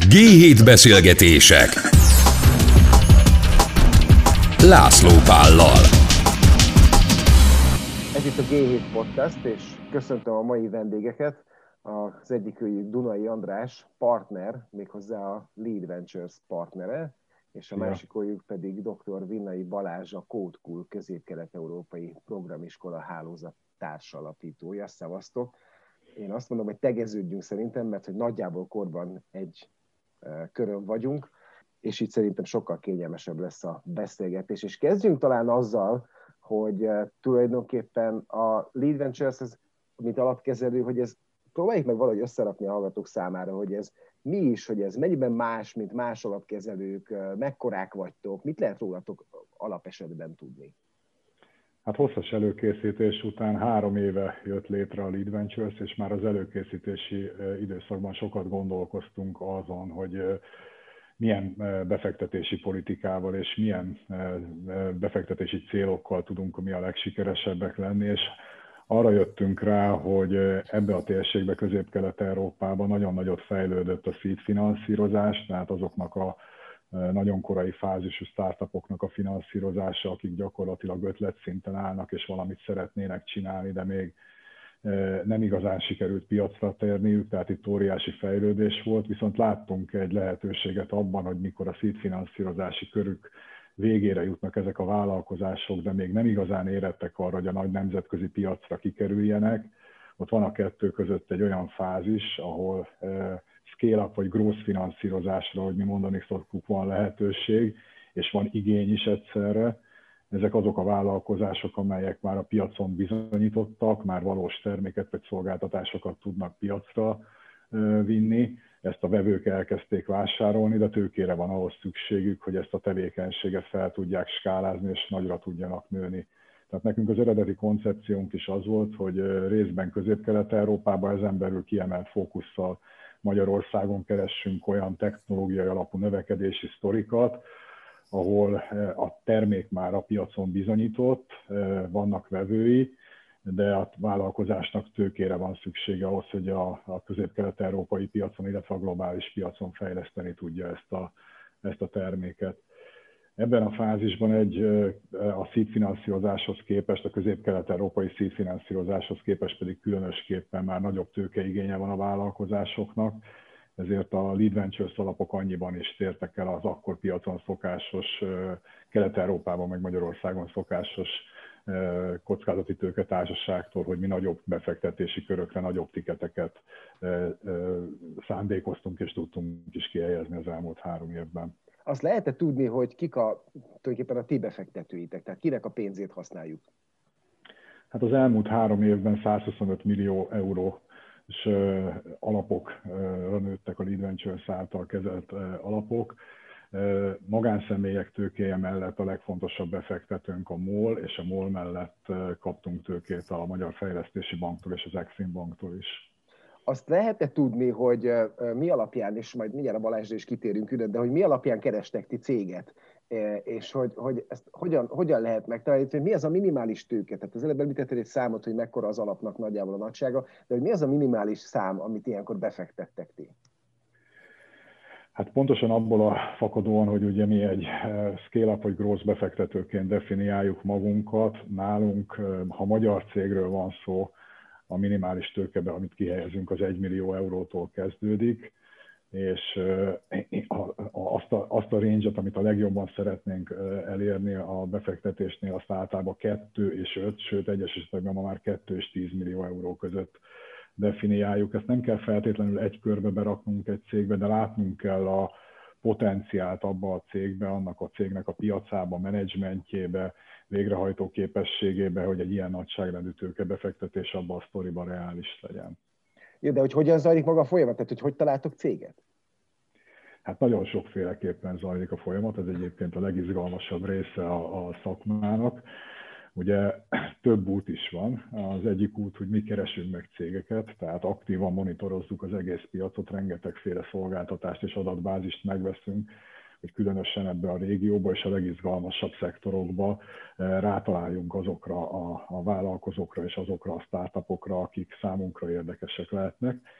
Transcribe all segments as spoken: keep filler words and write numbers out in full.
gé hét beszélgetések László Pállal. Ez itt a gé hét Podcast, és köszöntöm a mai vendégeket. Az egyikőjük Dunai András, partner, méghozzá a Lead Ventures partnere, és a másikőjük pedig doktor Vinnai Balázs, a CodeCool közép-kelet-európai programiskola hálózat társalapítója. Szevasztok! Én azt mondom, hogy tegeződjünk szerintem, mert hogy nagyjából korban egy uh, körön vagyunk, és így szerintem sokkal kényelmesebb lesz a beszélgetés. És kezdjünk talán azzal, hogy uh, tulajdonképpen a Lead Ventures, ez, mint alapkezelő, hogy ez próbáljuk meg valahogy összerakni a hallgatók számára, hogy ez mi is, hogy ez mennyiben más, mint más alapkezelők, uh, mekkorák vagytok, mit lehet rólatok alapesetben tudni? Hát hosszas előkészítés után három éve jött létre a Lead Ventures, és már az előkészítési időszakban sokat gondolkoztunk azon, hogy milyen befektetési politikával és milyen befektetési célokkal tudunk mi a legsikeresebbek lenni, és arra jöttünk rá, hogy ebbe a térségbe, Közép-Kelet-Európában nagyon nagyot fejlődött a seed finanszírozás, tehát azoknak a nagyon korai fázisú startupoknak a finanszírozása, akik gyakorlatilag ötletszinten állnak és valamit szeretnének csinálni, de még nem igazán sikerült piacra térniük, tehát itt óriási fejlődés volt, viszont láttunk egy lehetőséget abban, hogy mikor a seed finanszírozási körük végére jutnak ezek a vállalkozások, de még nem igazán érettek arra, hogy a nagy nemzetközi piacra kikerüljenek. Ott van a kettő között egy olyan fázis, ahol scale-up vagy growth finanszírozásra, hogy mi mondani szoktuk, van lehetőség, és van igény is egyszerre. Ezek azok a vállalkozások, amelyek már a piacon bizonyítottak, már valós terméket vagy szolgáltatásokat tudnak piacra vinni. Ezt a vevők elkezdték vásárolni, de tőkére van ahhoz szükségük, hogy ezt a tevékenységet fel tudják skálázni, és nagyra tudjanak nőni. Tehát nekünk az eredeti koncepciónk is az volt, hogy részben Közép-Kelet-Európában ezen belül kiemelt fókusszal Magyarországon keressünk olyan technológiai alapú növekedési sztorikat, ahol a termék már a piacon bizonyított, vannak vevői, de a vállalkozásnak tőkére van szüksége ahhoz, hogy a, a közép-kelet-európai piacon, illetve a globális piacon fejleszteni tudja ezt a, ezt a terméket. Ebben a fázisban egy, a seed finanszírozáshoz képest, a közép-kelet-európai seed finanszírozáshoz képest pedig különösképpen már nagyobb tőkeigénye van a vállalkozásoknak, ezért a Lead Ventures alapok annyiban is tértek el az akkor piacon szokásos, Kelet-Európában meg Magyarországon szokásos kockázati tőketársaságtól, hogy mi nagyobb befektetési körökre, nagyobb tiketeket szándékoztunk és tudtunk is kihelyezni az elmúlt három évben. Azt lehet-e tudni, hogy kik a, tulajdonképpen a ti befektetőitek, tehát kinek a pénzét használjuk? Hát az elmúlt három évben százhuszonöt millió euró és alapokra nőttek a Lead Ventures által kezelt alapok. Magánszemélyek tőkéje mellett a legfontosabb befektetőnk a MOL, és a MOL mellett kaptunk tőkét a Magyar Fejlesztési Banktól és az Exim Banktól is. Azt lehet-e tudni, hogy mi alapján, és majd mindjárt a Balázsra is kitérünk külön, de hogy mi alapján kerestek ti céget, és hogy, hogy ezt hogyan, hogyan lehet megtalálni, hogy mi az a minimális tőke? Tehát az előbb említettél egy számot, hogy mekkora az alapnak nagyjából a nagysága, de hogy mi az a minimális szám, amit ilyenkor befektettek ti? Hát pontosan abból a fakadóan, hogy ugye mi egy scale-up vagy growth befektetőként definiáljuk magunkat, nálunk, ha magyar cégről van szó, a minimális tőkebe, amit kihelyezünk, az egy millió eurótól kezdődik, és azt a, azt a range-et, amit a legjobban szeretnénk elérni a befektetésnél, azt általában kettő és öt, sőt egyes esetekben ma már kettő és tíz millió euró között definiáljuk. Ezt nem kell feltétlenül egy körbe beraknunk egy cégbe, de látnunk kell a potenciált abba a cégbe, annak a cégnek a piacába, menedzsmentjébe, végrehajtó képességébe, hogy egy ilyen nagyságrendű tőkebefektetés abban a sztoriban reális legyen. Jó, de hogy hogyan zajlik maga a folyamat? Tehát, hogy hogy találtok céget? Hát nagyon sokféleképpen zajlik a folyamat, ez egyébként a legizgalmasabb része a, a szakmának. Ugye több út is van. Az egyik út, hogy mi keresünk meg cégeket, tehát aktívan monitorozzuk az egész piacot, rengetegféle szolgáltatást és adatbázist megveszünk, hogy különösen ebbe a régióba és a legizgalmasabb szektorokba rátaláljunk azokra a, a vállalkozókra és azokra a startupokra, akik számunkra érdekesek lehetnek.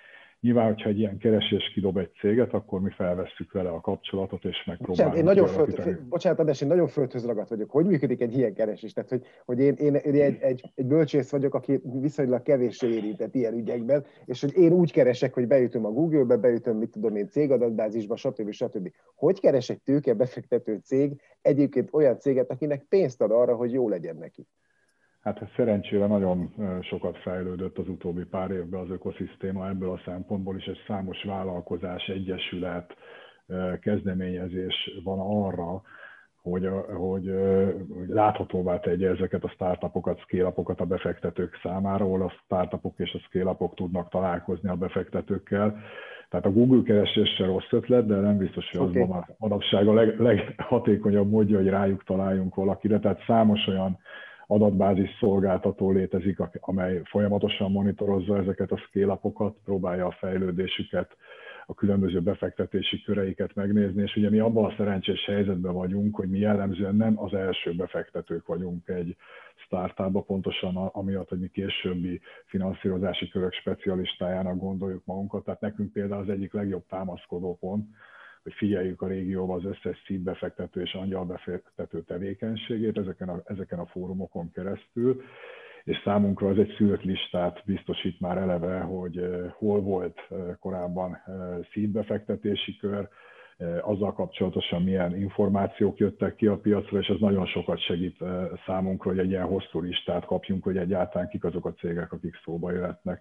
Nyilván, hogyha egy ilyen keresés kidob egy céget, akkor mi felvesszük vele a kapcsolatot, és megpróbálunk Bocsánat, én nagyon föld, bocsánat, András, én nagyon földhöz ragadt vagyok. Hogy működik egy ilyen keresés? Tehát, hogy, hogy én, én, én egy, egy, egy bölcsész vagyok, aki viszonylag kevéssé érintett ilyen ügyekben, és hogy én úgy keresek, hogy beütöm a Google-be, beütöm, mit tudom én, cégadatbázisba, stb. stb. Hogy keres egy tőkebefektető cég egyébként olyan céget, akinek pénzt ad arra, hogy jó legyen neki? Hát szerencsére nagyon sokat fejlődött az utóbbi pár évben az ökoszisztéma ebből a szempontból is, egy számos vállalkozás, egyesület, kezdeményezés van arra, hogy, hogy, hogy láthatóvá tegye ezeket a startupokat, scale-upokat a befektetők számára, ahol a startupok és a scale-upok tudnak találkozni a befektetőkkel. Tehát a Google keresés se rossz ötlet, de nem biztos, hogy okay. Az van a manapság a leg, leghatékonyabb módja, hogy rájuk találjunk valakire. Tehát számos olyan adatbázis szolgáltató létezik, amely folyamatosan monitorozza ezeket a scale-upokat, próbálja a fejlődésüket, a különböző befektetési köreiket megnézni, és ugye mi abban a szerencsés helyzetben vagyunk, hogy mi jellemzően nem az első befektetők vagyunk egy startupba, pontosan amiatt, hogy mi későbbi finanszírozási körök specialistájának gondoljuk magunkat. Tehát nekünk például az egyik legjobb támaszkodó pont, hogy figyeljük a régióban az összes seed befektető és angyal befektető tevékenységét ezeken a, ezeken a fórumokon keresztül, és számunkra az egy szűrt listát biztosít már eleve, hogy hol volt korábban seed befektetési kör, azzal kapcsolatosan milyen információk jöttek ki a piacra, és ez nagyon sokat segít számunkra, hogy egy ilyen hosszú listát kapjunk, hogy egyáltalán kik azok a cégek, akik szóba jöhetnek.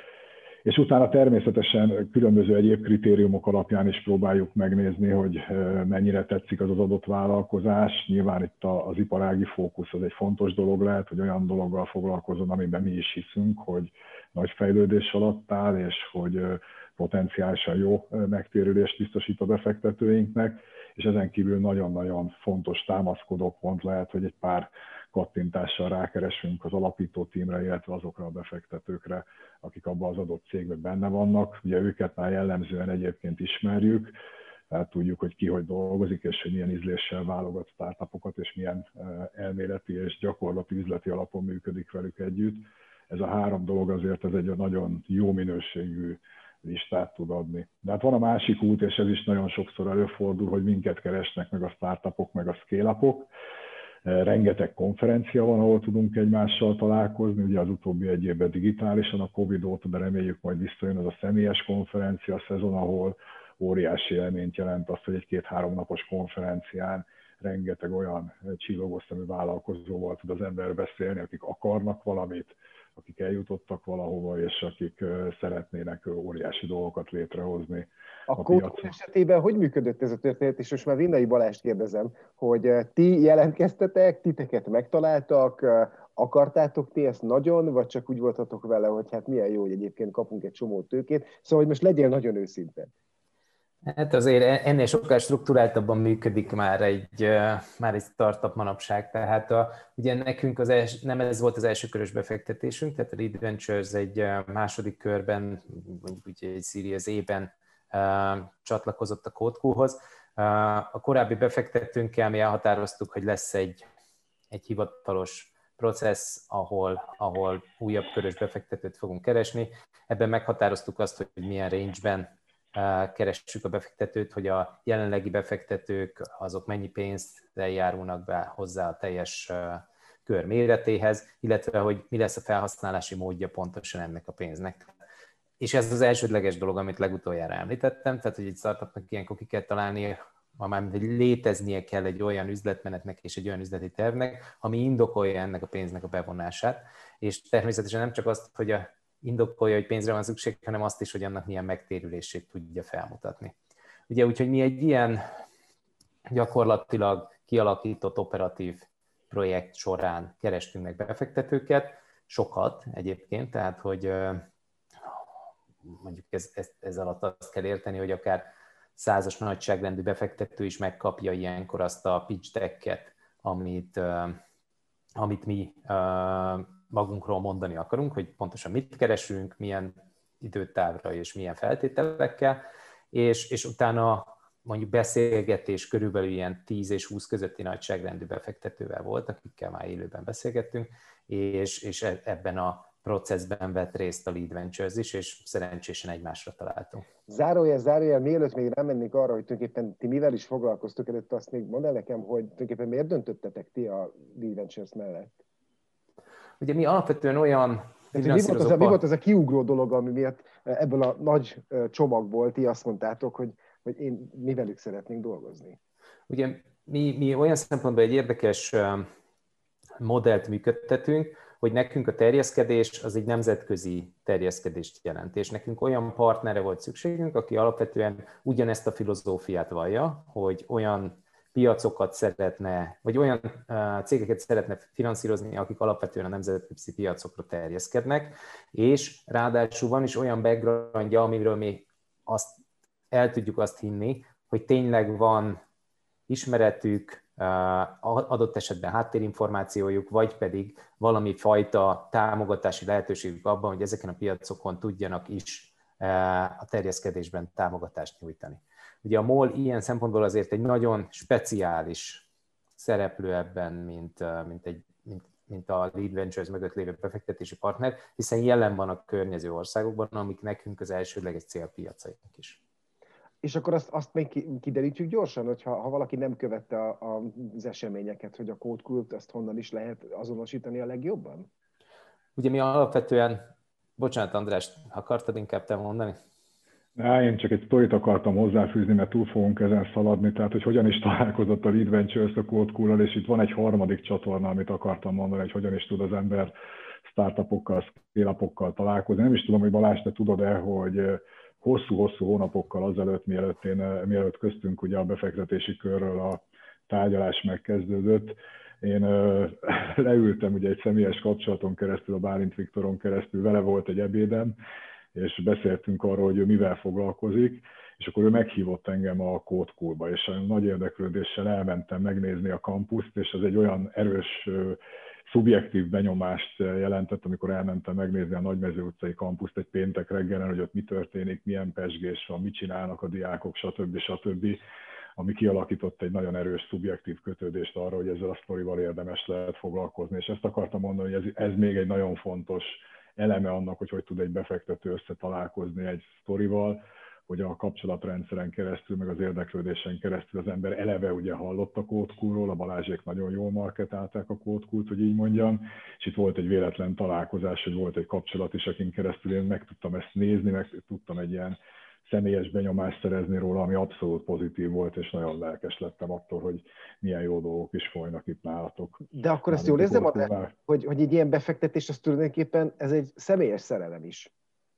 És utána természetesen különböző egyéb kritériumok alapján is próbáljuk megnézni, hogy mennyire tetszik az az adott vállalkozás. Nyilván itt az iparági fókusz az egy fontos dolog lehet, hogy olyan dologgal foglalkozon, amiben mi is hiszünk, hogy nagy fejlődés alatt áll, és hogy potenciálisan jó megtérülést biztosít a befektetőinknek, és ezen kívül nagyon-nagyon fontos támaszkodópont lehet, hogy egy pár kattintással rákeresünk az alapító tímre, illetve azokra a befektetőkre, akik abban az adott cégben benne vannak. Ugye őket már jellemzően egyébként ismerjük, tehát tudjuk, hogy ki hogy dolgozik, és hogy milyen ízléssel válogat startupokat, és milyen elméleti és gyakorlati üzleti alapon működik velük együtt. Ez a három dolog azért ez egy nagyon jó minőségű listát tud adni. De hát van a másik út, és ez is nagyon sokszor előfordul, hogy minket keresnek meg a startupok, meg a scale-upok. Rengeteg konferencia van, ahol tudunk egymással találkozni, ugye az utóbbi egy évben digitálisan a Covid óta, de reméljük majd visszajön az a személyes konferencia szezon, ahol óriási élményt jelent azt, hogy egy két-három napos konferencián rengeteg olyan csillogó szemű vállalkozóval tud az ember beszélni, akik akarnak valamit, akik eljutottak valahova, és akik szeretnének óriási dolgokat létrehozni. A, a Code esetében hogy működött ez a történet, és most már Vinnai Balást kérdezem, hogy ti jelentkeztetek, titeket megtaláltak, akartátok ti ezt nagyon, vagy csak úgy voltatok vele, hogy hát milyen jó, hogy egyébként kapunk egy csomó tőkét, szóval hogy most legyél nagyon őszinte. Hát azért ennél sokkal strukturáltabban működik már egy, már egy startup manapság, tehát a, ugye nekünk az els, nem ez volt az első körös befektetésünk, tehát a Lead Ventures egy második körben, mondjuk ugye egy Series A-ben uh, csatlakozott a CodeQ-hoz. Uh, a korábbi befektetőnkkel mi elhatároztuk, hogy lesz egy, egy hivatalos processz, ahol, ahol újabb körös befektetőt fogunk keresni. Ebben meghatároztuk azt, hogy milyen range-ben keressük a befektetőt, hogy a jelenlegi befektetők azok mennyi pénzt járulnak be hozzá a teljes kör méretéhez, illetve hogy mi lesz a felhasználási módja pontosan ennek a pénznek. És ez az elsődleges dolog, amit legutoljára említettem, tehát hogy egy startupnak ilyenkor ki kell találni, már léteznie kell egy olyan üzletmenetnek és egy olyan üzleti tervnek, ami indokolja ennek a pénznek a bevonását, és természetesen nem csak azt, hogy a indokolja, hogy pénzre van szükség, hanem azt is, hogy annak milyen megtérülését tudja felmutatni. Ugye úgyhogy mi egy ilyen gyakorlatilag kialakított operatív projekt során kerestünk meg befektetőket, sokat egyébként, tehát hogy mondjuk ez, ez, ez alatt azt kell érteni, hogy akár százas nagyságrendű befektető is megkapja ilyenkor azt a pitch decket, amit, amit mi magunkról mondani akarunk, hogy pontosan mit keresünk, milyen időtávra és milyen feltételekkel, és, és utána mondjuk beszélgetés körülbelül ilyen tíz és húsz közötti nagyságrendű befektetővel volt, akikkel már élőben beszélgettünk, és, és ebben a processben vett részt a Lead Ventures is, és szerencsésen egymásra találtunk. Zárójel, zárójel, mielőtt még rámennék arra, hogy tulajdonképpen ti mivel is foglalkoztok előtt, azt még mondd el nekem, hogy tulajdonképpen miért döntöttetek ti a Lead Ventures mellett? Ugye mi alapvetően olyan Tehát, mi, volt az a, mi volt az a kiugró dolog, ami miatt ebből a nagy csomagból ti azt mondtátok, hogy, hogy én mi velük szeretnénk dolgozni? Ugye mi, mi olyan szempontból egy érdekes modellt működtetünk, hogy nekünk a terjeszkedés az egy nemzetközi terjeszkedést jelent, és nekünk olyan partnerre volt szükségünk, aki alapvetően ugyanezt a filozófiát vallja, hogy olyan piacokat szeretne, vagy olyan cégeket szeretne finanszírozni, akik alapvetően a nemzetközi piacokra terjeszkednek, és ráadásul van is olyan backgroundja, amiről mi azt el tudjuk azt hinni, hogy tényleg van ismeretük, adott esetben háttérinformációjuk, vagy pedig valami fajta támogatási lehetőségük abban, hogy ezeken a piacokon tudjanak is a terjeszkedésben támogatást nyújtani. Ugye a MOL ilyen szempontból azért egy nagyon speciális szereplő ebben, mint, mint, egy, mint, mint a Lead Ventures mögött lévő befektetési partner, hiszen jelen van a környező országokban, amik nekünk az elsődleges célpiacaink is. És akkor azt, azt még kiderítjük gyorsan, hogy ha, ha valaki nem követte a, a, az eseményeket, hogy a Code Cult, azt honnan is lehet azonosítani a legjobban? Ugye mi alapvetően, bocsánat András, akartad inkább te mondani? Na, én csak egy sztorit akartam hozzáfűzni, mert túl fogunk ezen szaladni, tehát hogy hogyan is találkozott a Lead Ventures a Code Cool-al, és itt van egy harmadik csatorna, amit akartam mondani, hogy hogyan is tud az ember startupokkal, scale-upokkal találkozni. Nem is tudom, hogy Balázs, te tudod-e, hogy hosszú-hosszú hónapokkal azelőtt, mielőtt, én, mielőtt köztünk ugye a befektetési körről a tárgyalás megkezdődött, én ö, leültem ugye egy személyes kapcsolaton keresztül, a Bálint Viktoron keresztül, vele volt egy ebédem, és beszéltünk arról, hogy ő mivel foglalkozik, és akkor ő meghívott engem a Code Cool-ba, és nagy érdeklődéssel elmentem megnézni a kampuszt, és ez egy olyan erős, szubjektív benyomást jelentett, amikor elmentem megnézni a Nagymező utcai kampuszt egy péntek reggelen, hogy ott mi történik, milyen pezsgés van, mit csinálnak a diákok, stb. stb., ami kialakított egy nagyon erős szubjektív kötődést arra, hogy ezzel a sztorival érdemes lehet foglalkozni. És ezt akartam mondani, hogy ez, ez még egy nagyon fontos eleme annak, hogy hogy tud egy befektető összetalálkozni egy sztorival, hogy a kapcsolatrendszeren keresztül, meg az érdeklődésen keresztül az ember eleve ugye hallott a Code Cool-ról, a Balázsék nagyon jól marketálták a Code Cool-t, hogy így mondjam, és itt volt egy véletlen találkozás, hogy volt egy kapcsolat is, akin keresztül én meg tudtam ezt nézni, meg tudtam egy ilyen személyes benyomást szerezni róla, ami abszolút pozitív volt, és nagyon lelkes lettem attól, hogy milyen jó dolgok is folynak itt nálatok. De akkor ezt jól érzem, hogy, hogy egy ilyen befektetés, az tulajdonképpen ez egy személyes szerelem is.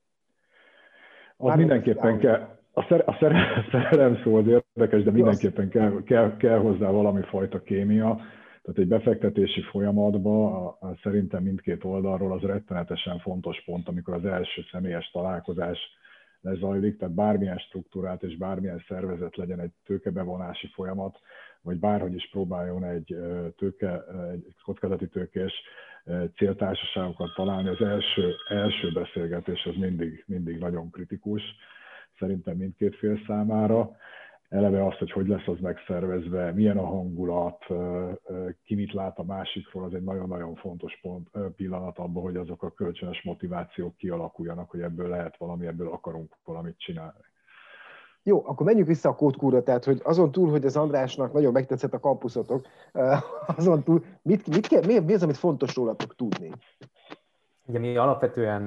Az Már mindenképpen kell, a, szer, a szerelem szó az érdekes, de mindenképpen kell, kell, kell hozzá valami fajta kémia. Tehát egy befektetési folyamatban a, a, szerintem mindkét oldalról az rettenetesen fontos pont, amikor az első személyes találkozás lezajlik, tehát bármilyen struktúrát és bármilyen szervezet legyen egy tőkebevonási folyamat, vagy bárhogy is próbáljon egy, tőke, egy kockázati tőkés céltársaságokat találni, az első, első beszélgetés az mindig, mindig nagyon kritikus, szerintem mindkét fél számára. Eleve az, hogy hogy lesz az megszervezve, milyen a hangulat, ki mit lát a másikról, az egy nagyon-nagyon fontos pont, pillanat abban, hogy azok a kölcsönös motivációk kialakuljanak, hogy ebből lehet valami, ebből akarunk valamit csinálni. Jó, akkor menjünk vissza a Code Cool-ra, tehát hogy azon túl, hogy az Andrásnak nagyon megtetszett a kampuszotok, azon túl, mit, mit kell, mi, mi az, amit fontos rólatok tudni? Ugye mi alapvetően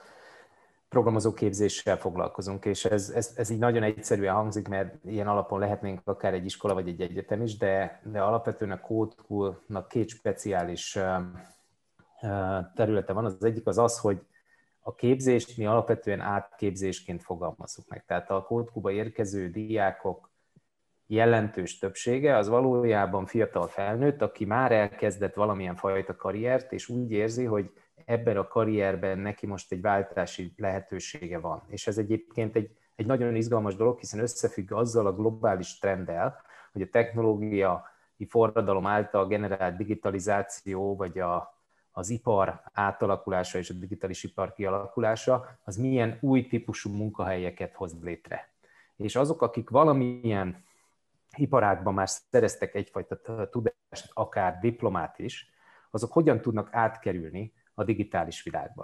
programozóképzéssel foglalkozunk, és ez, ez, ez így nagyon egyszerűen hangzik, mert ilyen alapon lehetnénk akár egy iskola vagy egy egyetem is, de, de alapvetően a Code Cool-nak két speciális területe van. Az egyik az az, hogy a képzést mi alapvetően átképzésként fogalmazzuk meg. Tehát a Code Cool-ba érkező diákok jelentős többsége az valójában fiatal felnőtt, aki már elkezdett valamilyen fajta karriert, és úgy érzi, hogy ebben a karrierben neki most egy váltási lehetősége van. És ez egyébként egy, egy nagyon izgalmas dolog, hiszen összefügg azzal a globális trenddel, hogy a technológiai forradalom által generált digitalizáció, vagy a, az ipar átalakulása és a digitális ipar kialakulása, az milyen új típusú munkahelyeket hoz létre. És azok, akik valamilyen iparágban már szereztek egyfajta tudást, akár diplomát is, azok hogyan tudnak átkerülni a digitális világba.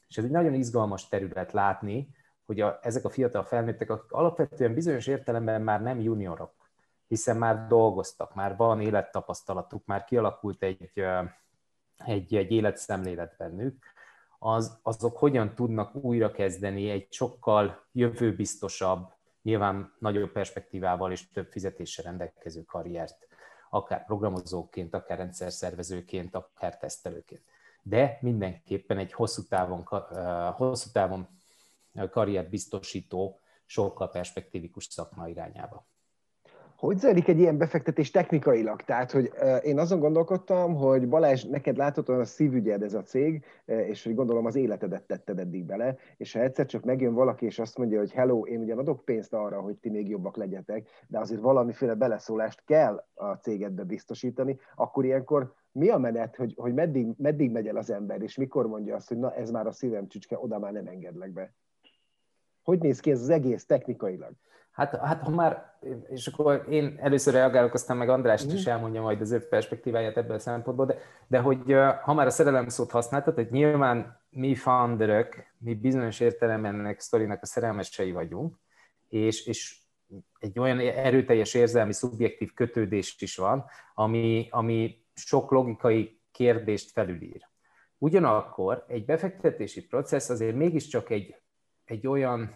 És ez egy nagyon izgalmas terület látni, hogy a, ezek a fiatal felnőttek, akik alapvetően bizonyos értelemben már nem juniorok, hiszen már dolgoztak, már van élettapasztalatuk, már kialakult egy, egy, egy életszemlélet bennük, az, azok hogyan tudnak újrakezdeni egy sokkal jövőbiztosabb, nyilván nagyobb perspektívával és több fizetéssel rendelkező karriert, akár programozóként, akár rendszerszervezőként, akár tesztelőként. De mindenképpen egy hosszú távon, hosszú távon karriert biztosító, sokkal perspektívikus szakma irányába. Hogy zajlik egy ilyen befektetés technikailag? Tehát, hogy én azon gondolkodtam, hogy Balázs, neked láthatóan a szívügyed ez a cég, és hogy gondolom az életedet tetted eddig bele, és ha egyszer csak megjön valaki, és azt mondja, hogy hello, én ugyan adok pénzt arra, hogy ti még jobbak legyetek, de azért valamiféle beleszólást kell a cégedbe biztosítani, akkor ilyenkor mi a menet, hogy, hogy meddig, meddig megy el az ember, és mikor mondja azt, hogy na ez már a szívem csücske, oda már nem engedlek be? Hogy néz ki ez az egész technikailag? Hát, hát ha már, és akkor én először reagálok, aztán meg Andrást is elmondja majd az ő perspektíváját ebből a szempontból, de, de hogy ha már a szerelem szót használtad, hogy nyilván mi founderök, mi bizonyos értelemben ennek sztorinak a szerelmesei vagyunk, és, és egy olyan erőteljes érzelmi, szubjektív kötődés is van, ami, ami sok logikai kérdést felülír. Ugyanakkor egy befektetési processz azért mégiscsak egy, egy olyan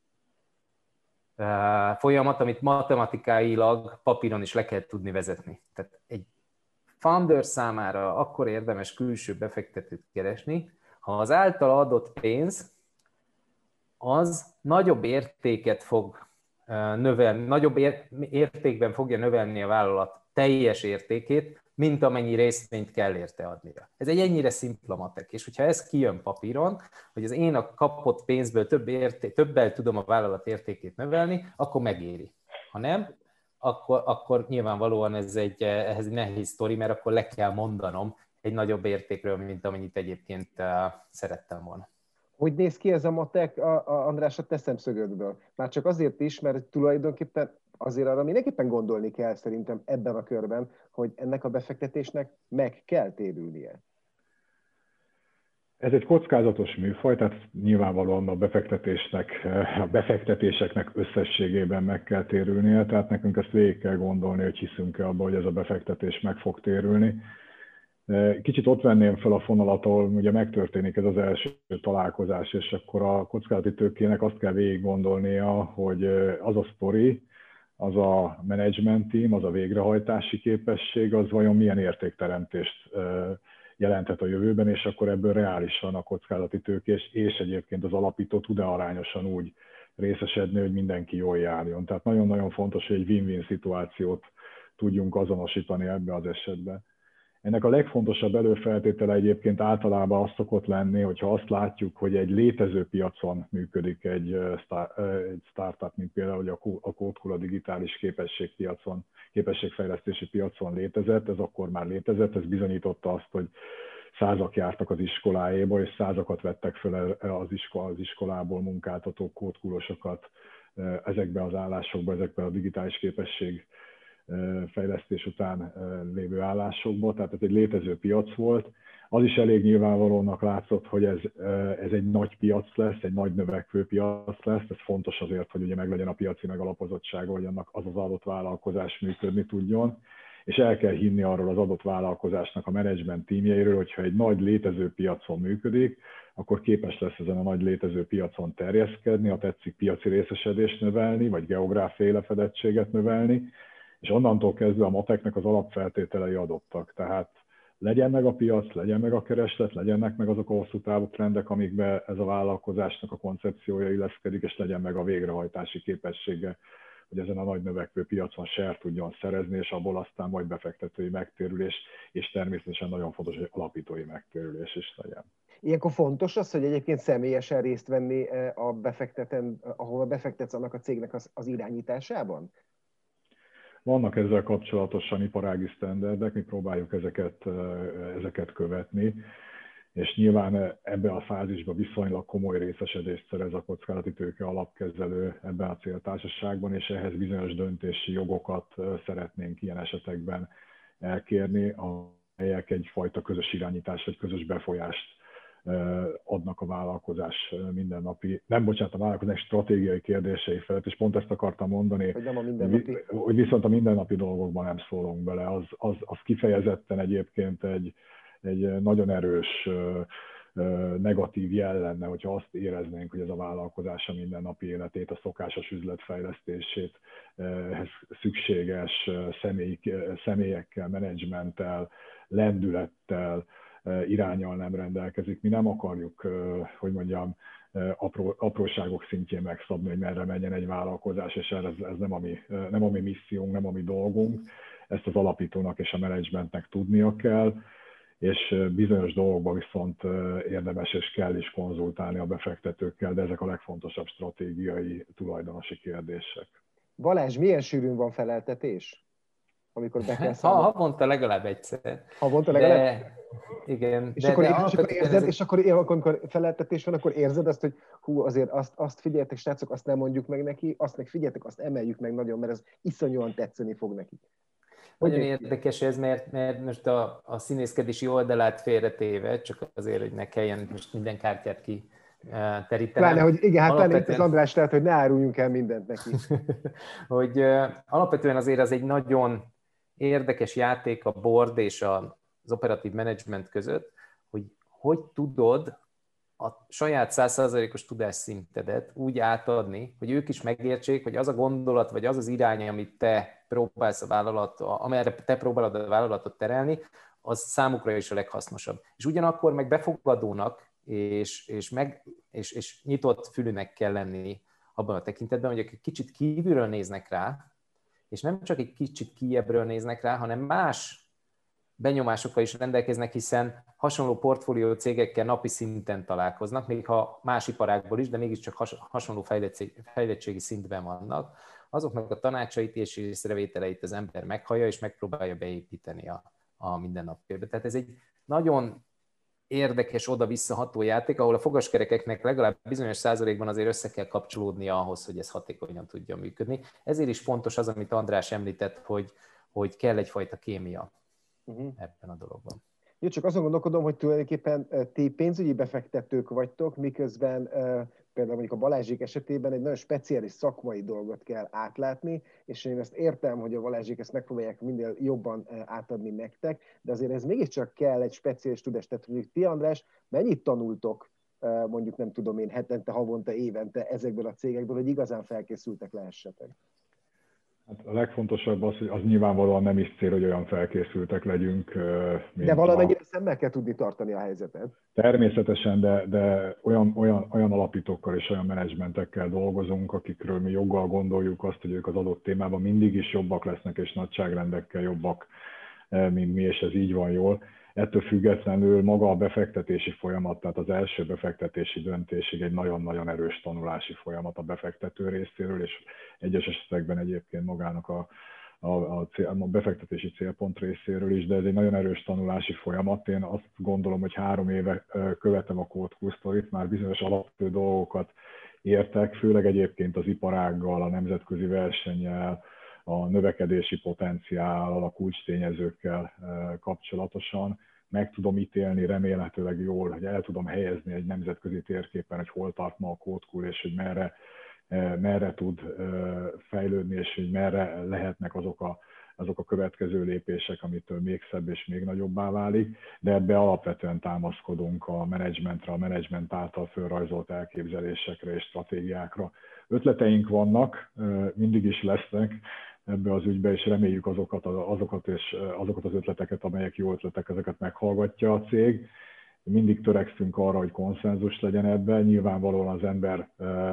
folyamat, amit matematikailag papíron is le kell tudni vezetni. Tehát egy founder számára akkor érdemes külső befektetőt keresni, ha az által adott pénz az nagyobb értéket fog növelni, nagyobb értékben fogja növelni a vállalat teljes értékét, mint amennyi részvényt kell érte adnia. Ez egy ennyire szimpla matek, és hogyha ez kijön papíron, hogy az én a kapott pénzből több érté, többel tudom a vállalat értékét növelni, akkor megéri. Ha nem, akkor, akkor nyilvánvalóan ez egy, ez egy nehéz sztori, mert akkor le kell mondanom egy nagyobb értékről, mint amennyit egyébként szerettem volna. Hogy néz ki ez a matek, a, a András, a te szemszögödből? Már csak azért is, mert tulajdonképpen azért arra mindenképpen gondolni kell szerintem ebben a körben, hogy ennek a befektetésnek meg kell térülnie. Ez egy kockázatos műfaj, tehát nyilvánvalóan a befektetésnek, a befektetéseknek összességében meg kell térülnie, tehát nekünk ezt végig kell gondolni, hogy hiszünk-e abba, hogy ez a befektetés meg fog térülni. Kicsit ott venném fel a fonalat, ahol ugye megtörténik ez az első találkozás, és akkor a kockázati tőkének azt kell végig gondolnia, hogy az a sztori, az a management team, az a végrehajtási képesség, az vajon milyen értékteremtést jelenthet a jövőben, és akkor ebből reálisan a kockázati tőkés és egyébként az alapító tud-e arányosan úgy részesedni, hogy mindenki jól járjon. Tehát nagyon-nagyon fontos, hogy egy win-win szituációt tudjunk azonosítani ebbe az esetben. Ennek a legfontosabb előfeltétele egyébként általában az szokott lenni, hogyha azt látjuk, hogy egy létező piacon működik egy, egy startup, mint például a CodeCool a digitális képességpiacon, képességfejlesztési piacon létezett, ez akkor már létezett, ez bizonyította azt, hogy százak jártak az iskolájába, és százakat vettek fel az, iskola, az iskolából munkáltató CodeCoolosokat ezekbe az állásokba, ezekbe a digitális képesség fejlesztés után lévő állásokból, tehát ez egy létező piac volt. Az is elég nyilvánvalónak látszott, hogy ez, ez egy nagy piac lesz, egy nagy növekvő piac lesz, ez fontos azért, hogy ugye meglegyen a piaci megalapozottsága, hogy annak az az adott vállalkozás működni tudjon, és el kell hinni arról az adott vállalkozásnak a menedzsment tímjeiről, hogyha egy nagy létező piacon működik, akkor képes lesz ezen a nagy létező piacon terjeszkedni, ha tetszik piaci részesedést növelni, vagy geográfiai lefedettséget növelni, és onnantól kezdve a mateknek az alapfeltételei adottak. Tehát legyen meg a piac, legyen meg a kereslet, legyenek meg azok a hosszú távú trendek, amikbe ez a vállalkozásnak a koncepciója illeszkedik, és legyen meg a végrehajtási képessége, hogy ezen a nagy növekvő piacon share tudjon szerezni, és abból aztán majd befektetői megtérülés, és természetesen nagyon fontos, hogy alapítói megtérülés is legyen. Ilyenkor fontos az, hogy egyébként személyesen részt venni a befekteten, ahova befektetsz annak a cégnek az, az irányításában? Vannak ezzel kapcsolatosan iparági sztenderdek, mi próbáljuk ezeket, ezeket követni, és nyilván ebben a fázisban viszonylag komoly részesedést szerez a kockázati tőke alapkezelő ebben a céltársaságban, és ehhez bizonyos döntési jogokat szeretnénk ilyen esetekben elkérni, amelyek egyfajta közös irányítás vagy közös befolyást adnak a vállalkozás mindennapi, nem bocsánat, a vállalkozás stratégiai kérdései felett, és pont ezt akartam mondani, hogy, nem a mindennapi. hogy viszont a mindennapi dolgokban nem szólunk bele. Az, az, az kifejezetten egyébként egy, egy nagyon erős negatív jel lenne, hogyha azt éreznénk, hogy ez a vállalkozás a mindennapi életét, a szokásos üzletfejlesztését, ehhez szükséges személy, személyekkel, menedzsmenttel, lendülettel, iránnyal nem rendelkezik. Mi nem akarjuk, hogy mondjam, apró, apróságok szintjén megszabni, hogy merre menjen egy vállalkozás, és ez, ez nem, a mi, nem a mi missziónk, nem a mi dolgunk. Ezt az alapítónak és a menedzsmentnek tudnia kell, és bizonyos dolgokban viszont érdemes és kell is konzultálni a befektetőkkel, de ezek a legfontosabb stratégiai tulajdonosi kérdések. Balázs, milyen sűrűn van feleltetés? Amikor be kell ha, havonta legalább egyszer. Havonta legalább? De, igen. És, de, akkor, de és, akkor érzed, ezek... és akkor, amikor feleltetés van, akkor érzed azt, hogy hú, azért azt, azt figyeljetek, srácok, azt nem mondjuk meg neki, azt meg figyeljetek, azt emeljük meg nagyon, mert ez iszonyúan tetszeni fog nekik. Nagyon érdekes ez, mert, mert most a, a színészkedési oldalát félretéve, csak azért, hogy ne kelljen most minden kártyát ki terítenem. Pláne, hogy igen, hát pláne itt az András lehet, hogy ne áruljunk el mindent neki. Hogy uh, alapvetően azért az egy nagyon érdekes játék a board és a, az operatív menedzsment között, hogy hogy tudod a saját száz százalékos tudásszintedet úgy átadni, hogy ők is megértsék, hogy az a gondolat, vagy az az irány, amit te próbálsz a vállalat, amerre te próbálod a vállalatot terelni, az számukra is a leghasznosabb. És ugyanakkor meg befogadónak és, és, meg, és, és nyitott fülűnek kell lenni abban a tekintetben, hogy akik kicsit kívülről néznek rá, és nem csak egy kicsit kijebbről néznek rá, hanem más benyomásokkal is rendelkeznek, hiszen hasonló portfólió cégekkel napi szinten találkoznak, még ha más iparágból is, de mégiscsak hasonló fejlettségi szintben vannak. Azoknak a tanácsait és észrevételeit az ember meghallja, és megpróbálja beépíteni a, a mindennapjaiba. Tehát ez egy nagyon érdekes oda-visszaható játék, ahol a fogaskerekeknek legalább bizonyos százalékban azért össze kell kapcsolódnia ahhoz, hogy ez hatékonyan tudjon működni. Ezért is fontos az, amit András említett, hogy, hogy kell egyfajta kémia uh-huh. ebben a dologban. Jó, csak azon gondolkodom, hogy tulajdonképpen ti pénzügyi befektetők vagytok, miközben például mondjuk a Balázsék esetében egy nagyon speciális szakmai dolgot kell átlátni, és én ezt értem, hogy a Balázsék ezt megpróbálják minél jobban átadni nektek, de azért ez mégiscsak kell egy speciális tudás. Tehát mondjuk ti, András, mennyit tanultok mondjuk nem tudom én hetente, havonta, évente ezekből a cégekből, hogy igazán felkészültek lehessetek? Hát a legfontosabb az, hogy az nyilvánvalóan nem is cél, hogy olyan felkészültek legyünk. Mint de valamennyire a... szemmel kell tudni tartani a helyzetet. Természetesen, de, de olyan, olyan, olyan alapítókkal és olyan menedzsmentekkel dolgozunk, akikről mi joggal gondoljuk azt, hogy ők az adott témában mindig is jobbak lesznek, és nagyságrendekkel jobbak, mint mi, és ez így van jól. Ettől függetlenül maga a befektetési folyamat, tehát az első befektetési döntésig egy nagyon-nagyon erős tanulási folyamat a befektető részéről, és egyes esetekben egyébként magának a, a, a, cél, a befektetési célpont részéről is, de ez egy nagyon erős tanulási folyamat. Én azt gondolom, hogy három éve követem a Code Cool Storyt, már bizonyos alapvető dolgokat értek, főleg egyébként az iparággal, a nemzetközi versennyel, a növekedési potenciállal, a kulcstényezőkkel kapcsolatosan. Meg tudom ítélni remélhetőleg jól, hogy el tudom helyezni egy nemzetközi térképen, hogy hol tart ma a Code Cool, és hogy merre, merre tud fejlődni, és hogy merre lehetnek azok a, azok a következő lépések, amitől még szebb és még nagyobbá válik, de ebbe alapvetően támaszkodunk a menedzsmentre, a menedzsment által fölrajzolt elképzelésekre és stratégiákra. Ötleteink vannak, mindig is lesznek ebbe az ügybe, és reméljük azokat, azokat, és azokat az ötleteket, amelyek jó ötletek, ezeket meghallgatja a cég. Mindig törekszünk arra, hogy konszenzus legyen ebben. Nyilvánvalóan az ember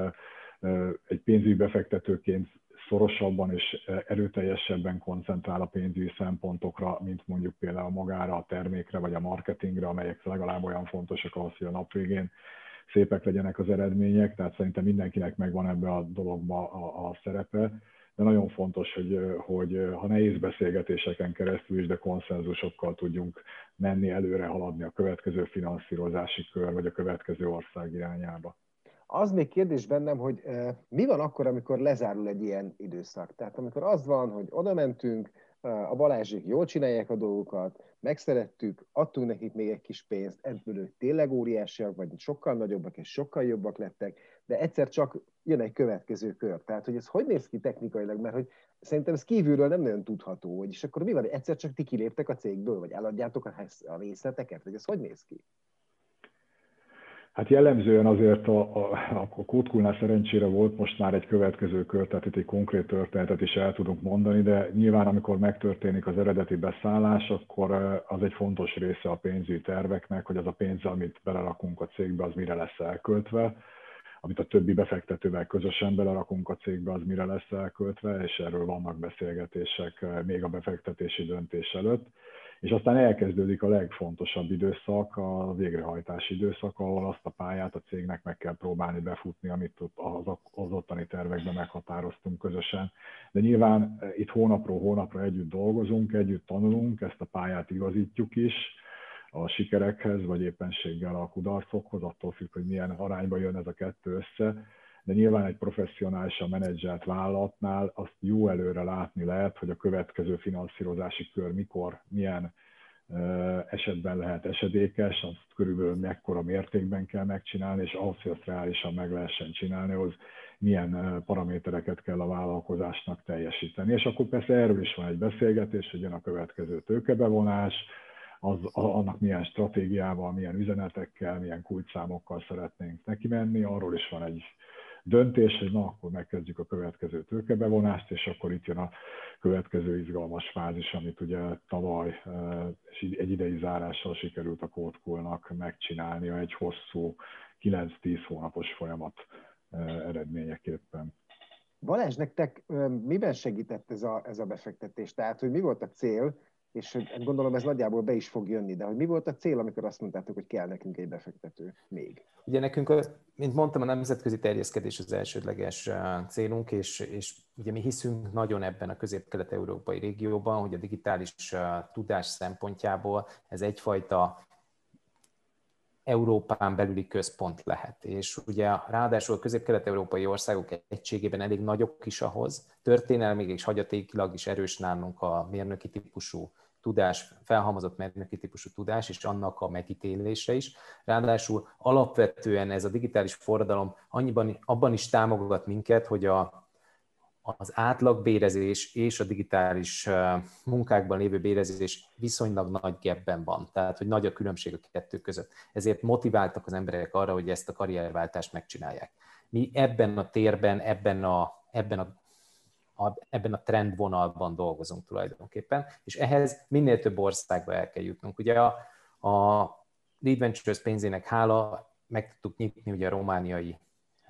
egy pénzügyi befektetőként szorosabban és erőteljesebben koncentrál a pénzügyi szempontokra, mint mondjuk például magára, a termékre vagy a marketingre, amelyek legalább olyan fontosak ahhoz, hogy a nap végén szépek legyenek az eredmények. Tehát szerintem mindenkinek megvan ebbe a dologba a, a szerepe. De nagyon fontos, hogy, hogy ha nehéz beszélgetéseken keresztül is, de konszenzusokkal tudjunk menni, előre haladni a következő finanszírozási kör, vagy a következő ország irányába. Az még kérdés bennem, hogy uh, mi van akkor, amikor lezárul egy ilyen időszak? Tehát amikor az van, hogy oda mentünk, uh, a Balázsék jól csinálják a dolgokat, megszerettük, adtunk nekik még egy kis pénzt, ebből ők tényleg óriásiak, vagy sokkal nagyobbak és sokkal jobbak lettek, de egyszer csak jön egy következő kör. Tehát, hogy ez hogy néz ki technikailag, mert hogy szerintem ez kívülről nem nagyon tudható, hogy és akkor mi van, hogy egyszer csak ti kiléptek a cégből, vagy eladjátok a, a részleteket, vagy ez hogy néz ki? Hát jellemzően azért a, a, a Kódkulnál szerencsére volt most már egy következő kör, tehát itt egy konkrét történetet is el tudunk mondani, de nyilván amikor megtörténik az eredeti beszállás, akkor az egy fontos része a pénzügyi terveknek, hogy az a pénz, amit belerakunk a cégbe, az mire lesz elköltve, amit a többi befektetővel közösen belerakunk a cégbe, az mire lesz elköltve, és erről vannak beszélgetések még a befektetési döntés előtt. És aztán elkezdődik a legfontosabb időszak, a végrehajtási időszak, ahol azt a pályát a cégnek meg kell próbálni befutni, amit az ottani tervekben meghatároztunk közösen. De nyilván itt hónapról hónapra együtt dolgozunk, együtt tanulunk, ezt a pályát igazítjuk is a sikerekhez, vagy éppenséggel a kudarcokhoz, attól függ, hogy milyen arányban jön ez a kettő össze. De nyilván egy professzionálisan menedzselt vállalatnál azt jó előre látni lehet, hogy a következő finanszírozási kör mikor, milyen esetben lehet esedékes, azt körülbelül mekkora mértékben kell megcsinálni, és ahhoz, hogy azt reálisan meg lehessen csinálni, ahhoz milyen paramétereket kell a vállalkozásnak teljesíteni. És akkor persze erről is van egy beszélgetés, hogy jön a következő tőkebevonás, az, annak milyen stratégiával, milyen üzenetekkel, milyen kulcsszámokkal szeretnénk neki menni, arról is van egy döntés, hogy na, akkor megkezdjük a következő tőkebevonást, és akkor itt jön a következő izgalmas fázis, amit ugye tavaly egy idei zárással sikerült a Kódkulnak megcsinálnia egy hosszú kilenc-tíz hónapos folyamat eredményeképpen. Balázs, nektek miben segített ez a, ez a befektetés? Tehát, hogy mi volt a cél, és gondolom ez nagyjából be is fog jönni, de hogy mi volt a cél, amikor azt mondtátok, hogy kell nekünk egy befektető még? Ugye nekünk, mint mondtam, a nemzetközi terjeszkedés az elsődleges célunk, és, és ugye mi hiszünk nagyon ebben a közép-kelet-európai régióban, hogy a digitális tudás szempontjából ez egyfajta Európán belüli központ lehet. És ugye ráadásul a közép-kelet-európai országok egységében elég nagyok is ahhoz, történelmileg és hagyatékilag is erős nálunk a mérnöki típusú tudás, felhalmozott mérnöki típusú tudás, és annak a megítélése is. Ráadásul alapvetően ez a digitális forradalom annyiban, abban is támogat minket, hogy a, az átlagbérezés és a digitális munkákban lévő bérezés viszonylag nagy gapben van. Tehát, hogy nagy a különbség a kettő között. Ezért motiváltak az emberek arra, hogy ezt a karrierváltást megcsinálják. Mi ebben a térben, ebben a, ebben a ebben a trendvonalban dolgozunk tulajdonképpen, és ehhez minél több országba el kell jutnunk. Ugye a, a Lead Ventures pénzének hála meg tudtuk nyitni ugye a romániai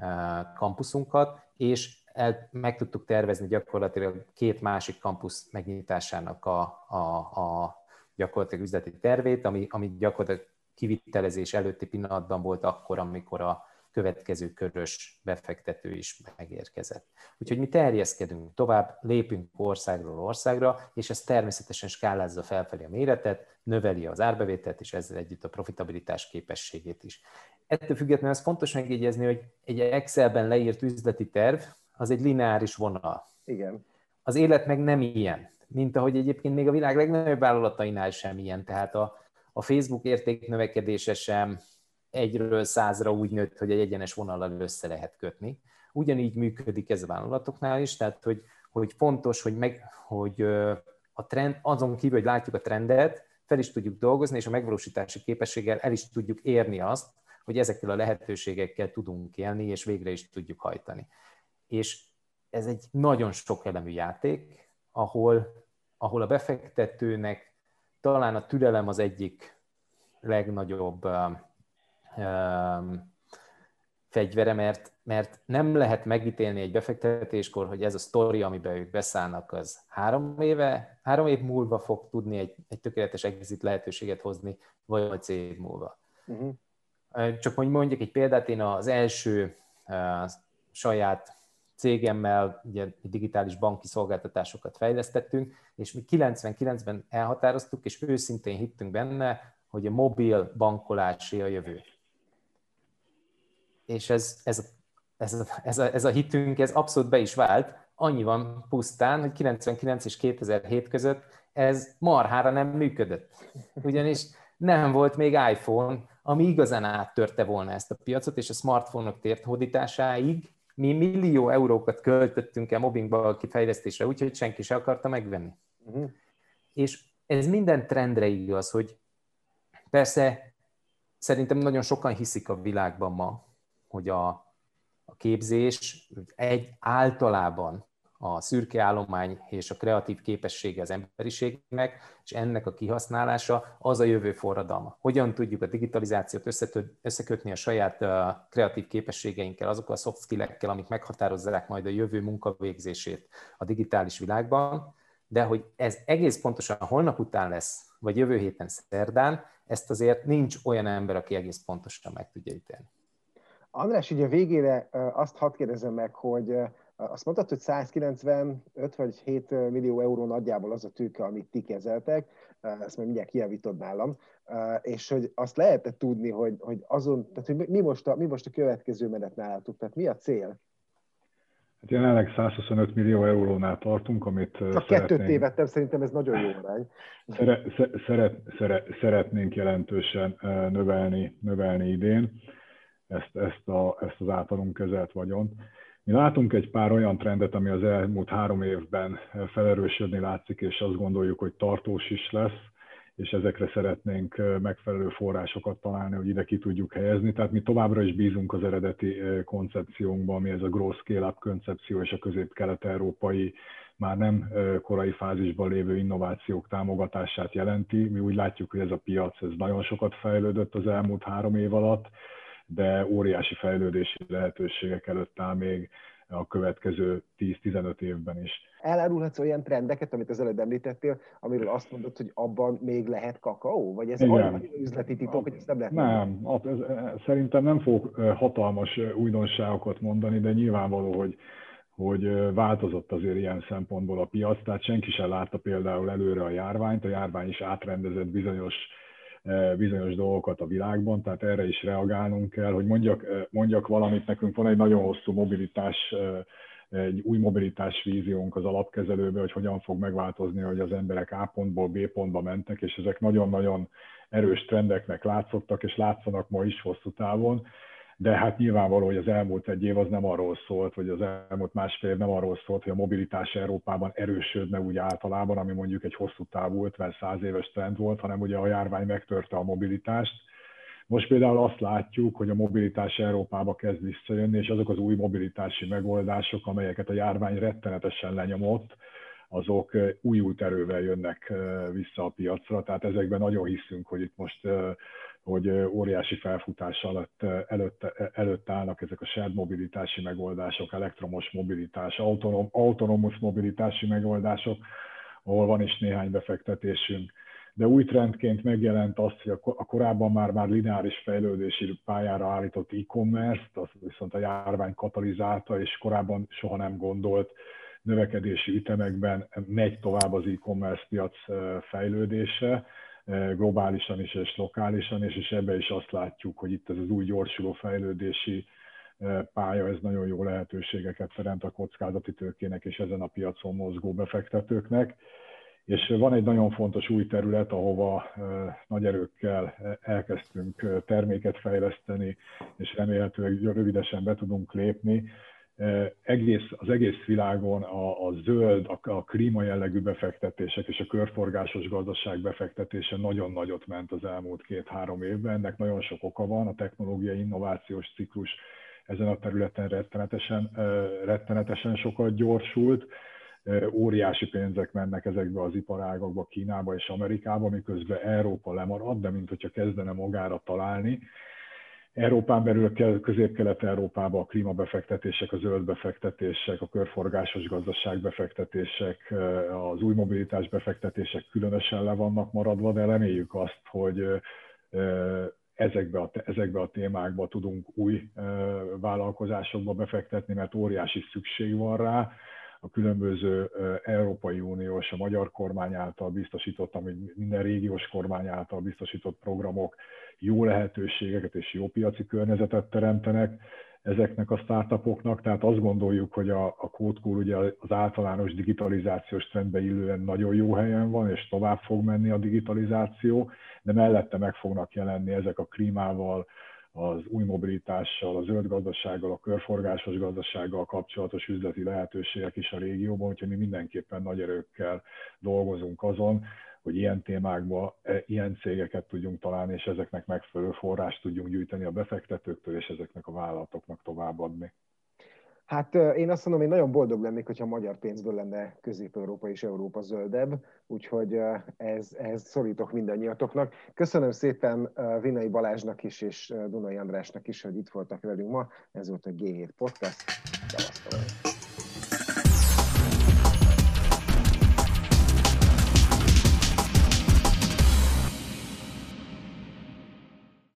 kampuszunkat, és el, meg tudtuk tervezni gyakorlatilag két másik kampusz megnyitásának a, a, a gyakorlatilag üzleti tervét, ami, ami gyakorlatilag kivitelezés előtti pillanatban volt akkor, amikor a következő körös befektető is megérkezett. Úgyhogy mi terjeszkedünk tovább, lépünk országról országra, és ez természetesen skálázza felfelé a méretet, növeli az árbevételt, és ezzel együtt a profitabilitás képességét is. Ettől függetlenül ez fontos megjegyezni, hogy egy Excelben leírt üzleti terv, az egy lineáris vonal. Igen. Az élet meg nem ilyen, mint ahogy egyébként még a világ legnagyobb vállalatainál sem ilyen, tehát a, a Facebook értéknövekedése sem egyről százra úgy nőtt, hogy egy egyenes vonallal össze lehet kötni. Ugyanígy működik ez a vállalatoknál is, tehát hogy, hogy fontos, hogy, meg, hogy a trend, azon kívül, hogy látjuk a trendet, fel is tudjuk dolgozni, és a megvalósítási képességgel el is tudjuk érni azt, hogy ezekkel a lehetőségekkel tudunk élni, és végre is tudjuk hajtani. És ez egy nagyon sok elemű játék, ahol, ahol a befektetőnek talán a türelem az egyik legnagyobb fegyvere, mert, mert nem lehet megítélni egy befektetéskor, hogy ez a sztori, amiben ők beszállnak, az három éve, három év múlva fog tudni egy, egy tökéletes exit lehetőséget hozni, vagy öt év múlva. Uh-huh. Csak mondjuk egy példát, én az első uh, saját cégemmel ugye, digitális banki szolgáltatásokat fejlesztettünk, és mi kilencvenkilencben elhatároztuk, és őszintén hittünk benne, hogy a mobil bankolási a jövő. és ez, ez, ez, ez, a, ez a hitünk ez abszolút be is vált, annyi van pusztán, hogy kilencvenkilenc és kétezer-hét között ez marhára nem működött. Ugyanis nem volt még iPhone, ami igazán áttörte volna ezt a piacot, és a smartphone-ok térhódításáig mi millió eurókat költöttünk el mobbingba kifejlesztésre, úgyhogy senki se akarta megvenni. Uh-huh. És ez minden trendre igaz, hogy persze szerintem nagyon sokan hiszik a világban ma, hogy a, a képzés egy általában a szürke állomány és a kreatív képessége az emberiségnek, és ennek a kihasználása az a jövő forradalma. Hogyan tudjuk a digitalizációt összekötni a saját kreatív képességeinkkel, azokkal a soft skill-ekkel, amik meghatározzák majd a jövő munkavégzését a digitális világban, de hogy ez egész pontosan holnap után lesz, vagy jövő héten szerdán, ezt azért nincs olyan ember, aki egész pontosan meg tudja ítélni. András, így a végére azt hadd kérdezem meg, hogy azt mondtad, hogy százkilencvenöt vagy hét millió euró nagyjából az a tőke, amit ti kezeltek, ezt majd mindjárt kijavítod nálam, és hogy azt lehet tudni, hogy, hogy azon, tehát hogy mi most, a, mi most a következő menet nálatok, tehát mi a cél? Hát jelenleg százhuszonöt millió eurónál tartunk, amit Csak szeretnénk... kettőt tévedtem, szerintem ez nagyon jó arány. Szeret, szeret, szeret, szeretnénk jelentősen növelni, növelni idén ezt, ezt, a, ezt az általunk kezelt vagyont. Mi látunk egy pár olyan trendet, ami az elmúlt három évben felerősödni látszik, és azt gondoljuk, hogy tartós is lesz, és ezekre szeretnénk megfelelő forrásokat találni, hogy ide ki tudjuk helyezni. Tehát mi továbbra is bízunk az eredeti koncepciónkban, ami ez a Growth Scale-up koncepció és a közép-kelet-európai, már nem korai fázisban lévő innovációk támogatását jelenti. Mi úgy látjuk, hogy ez a piac ez nagyon sokat fejlődött az elmúlt három év alatt, de óriási fejlődési lehetőségek előtt áll még a következő tíz-tizenöt évben is. Elárulhatsz olyan trendeket, amit az előbb említettél, amiről azt mondod, hogy abban még lehet kakaó? Vagy ez olyan üzleti titok, hogy ezt nem lehet Nem, mondani? Ez, szerintem nem fog hatalmas újdonságokat mondani, de nyilvánvaló, hogy, hogy változott azért ilyen szempontból a piac, tehát senki sem látta például előre a járványt, a járvány is átrendezett bizonyos bizonyos dolgokat a világban, tehát erre is reagálnunk kell, hogy mondjak, mondjak valamit, nekünk van egy nagyon hosszú mobilitás, egy új mobilitás víziónk az alapkezelőbe, hogy hogyan fog megváltozni, hogy az emberek A pontból B pontba mentek, és ezek nagyon-nagyon erős trendeknek látszottak, és látszanak ma is hosszú távon. De hát nyilvánvaló, hogy az elmúlt egy év az nem arról szólt, vagy az elmúlt másfél év nem arról szólt, hogy a mobilitás Európában erősödne úgy általában, ami mondjuk egy hosszú távú ötven-száz éves trend volt, hanem ugye a járvány megtörte a mobilitást. Most például azt látjuk, hogy a mobilitás Európába kezd visszajönni, és azok az új mobilitási megoldások, amelyeket a járvány rettenetesen lenyomott, azok új út erővel jönnek vissza a piacra, tehát ezekben nagyon hiszünk, hogy itt most hogy óriási felfutás alatt, előtt, előtt állnak ezek a shared mobilitási megoldások, elektromos mobilitás, autonóm, autonómus mobilitási megoldások, ahol van is néhány befektetésünk. De új trendként megjelent azt, hogy a korábban már, már lineáris fejlődési pályára állított e-commerce-t, az viszont a járvány katalizálta, és korábban soha nem gondolt növekedési ütemekben megy tovább az e-commerce piac fejlődése, globálisan is és lokálisan, és, és ebben is azt látjuk, hogy itt ez az új gyorsuló fejlődési pálya, ez nagyon jó lehetőségeket teremt a kockázati tőkének és ezen a piacon mozgó befektetőknek. És van egy nagyon fontos új terület, ahova nagy erőkkel elkezdtünk terméket fejleszteni, és remélhetőleg rövidesen be tudunk lépni. Egész, az egész világon a, a zöld, a, a klíma jellegű befektetések és a körforgásos gazdaság befektetése nagyon nagyot ment az elmúlt két-három évben. Ennek nagyon sok oka van, a technológiai innovációs ciklus ezen a területen rettenetesen, rettenetesen sokat gyorsult. Óriási pénzek mennek ezekbe az iparágakba, Kínába és Amerikába, miközben Európa lemarad, de mint hogyha kezdene magára találni. Európán belül, Közép-Kelet-Európában a klímabefektetések, a zöld befektetések, a körforgásos gazdaság befektetések, az új mobilitás befektetések különösen le vannak maradva, de reméljük azt, hogy ezekbe a, ezekbe a témákba tudunk új vállalkozásokba befektetni, mert óriási szükség van rá. A különböző Európai Uniós, a magyar kormány által biztosított, amit minden régiós kormány által biztosított programok jó lehetőségeket és jó piaci környezetet teremtenek, ezeknek a startupoknak, tehát azt gondoljuk, hogy a, a CodeCool ugye az általános digitalizációs trendbe illően nagyon jó helyen van, és tovább fog menni a digitalizáció, de mellette meg fognak jelenni ezek a klímával, az új mobilitással, a zöld gazdasággal, a körforgásos gazdasággal kapcsolatos üzleti lehetőségek is a régióban, úgyhogy mi mindenképpen nagy erőkkel dolgozunk azon, hogy ilyen témákban ilyen cégeket tudjunk találni, és ezeknek megfelelő forrást tudjunk gyűjteni a befektetőktől, és ezeknek a vállalatoknak továbbadni. Hát én azt mondom, hogy nagyon boldog lennék, hogyha magyar pénzből lenne Közép-Európa és Európa zöldebb, úgyhogy ez, ez szorítok mindannyiatoknak. Köszönöm szépen Vinai Balázsnak is, és Dunai Andrásnak is, hogy itt voltak velünk ma. Ez volt a gé hét Podcast. Szevasztok!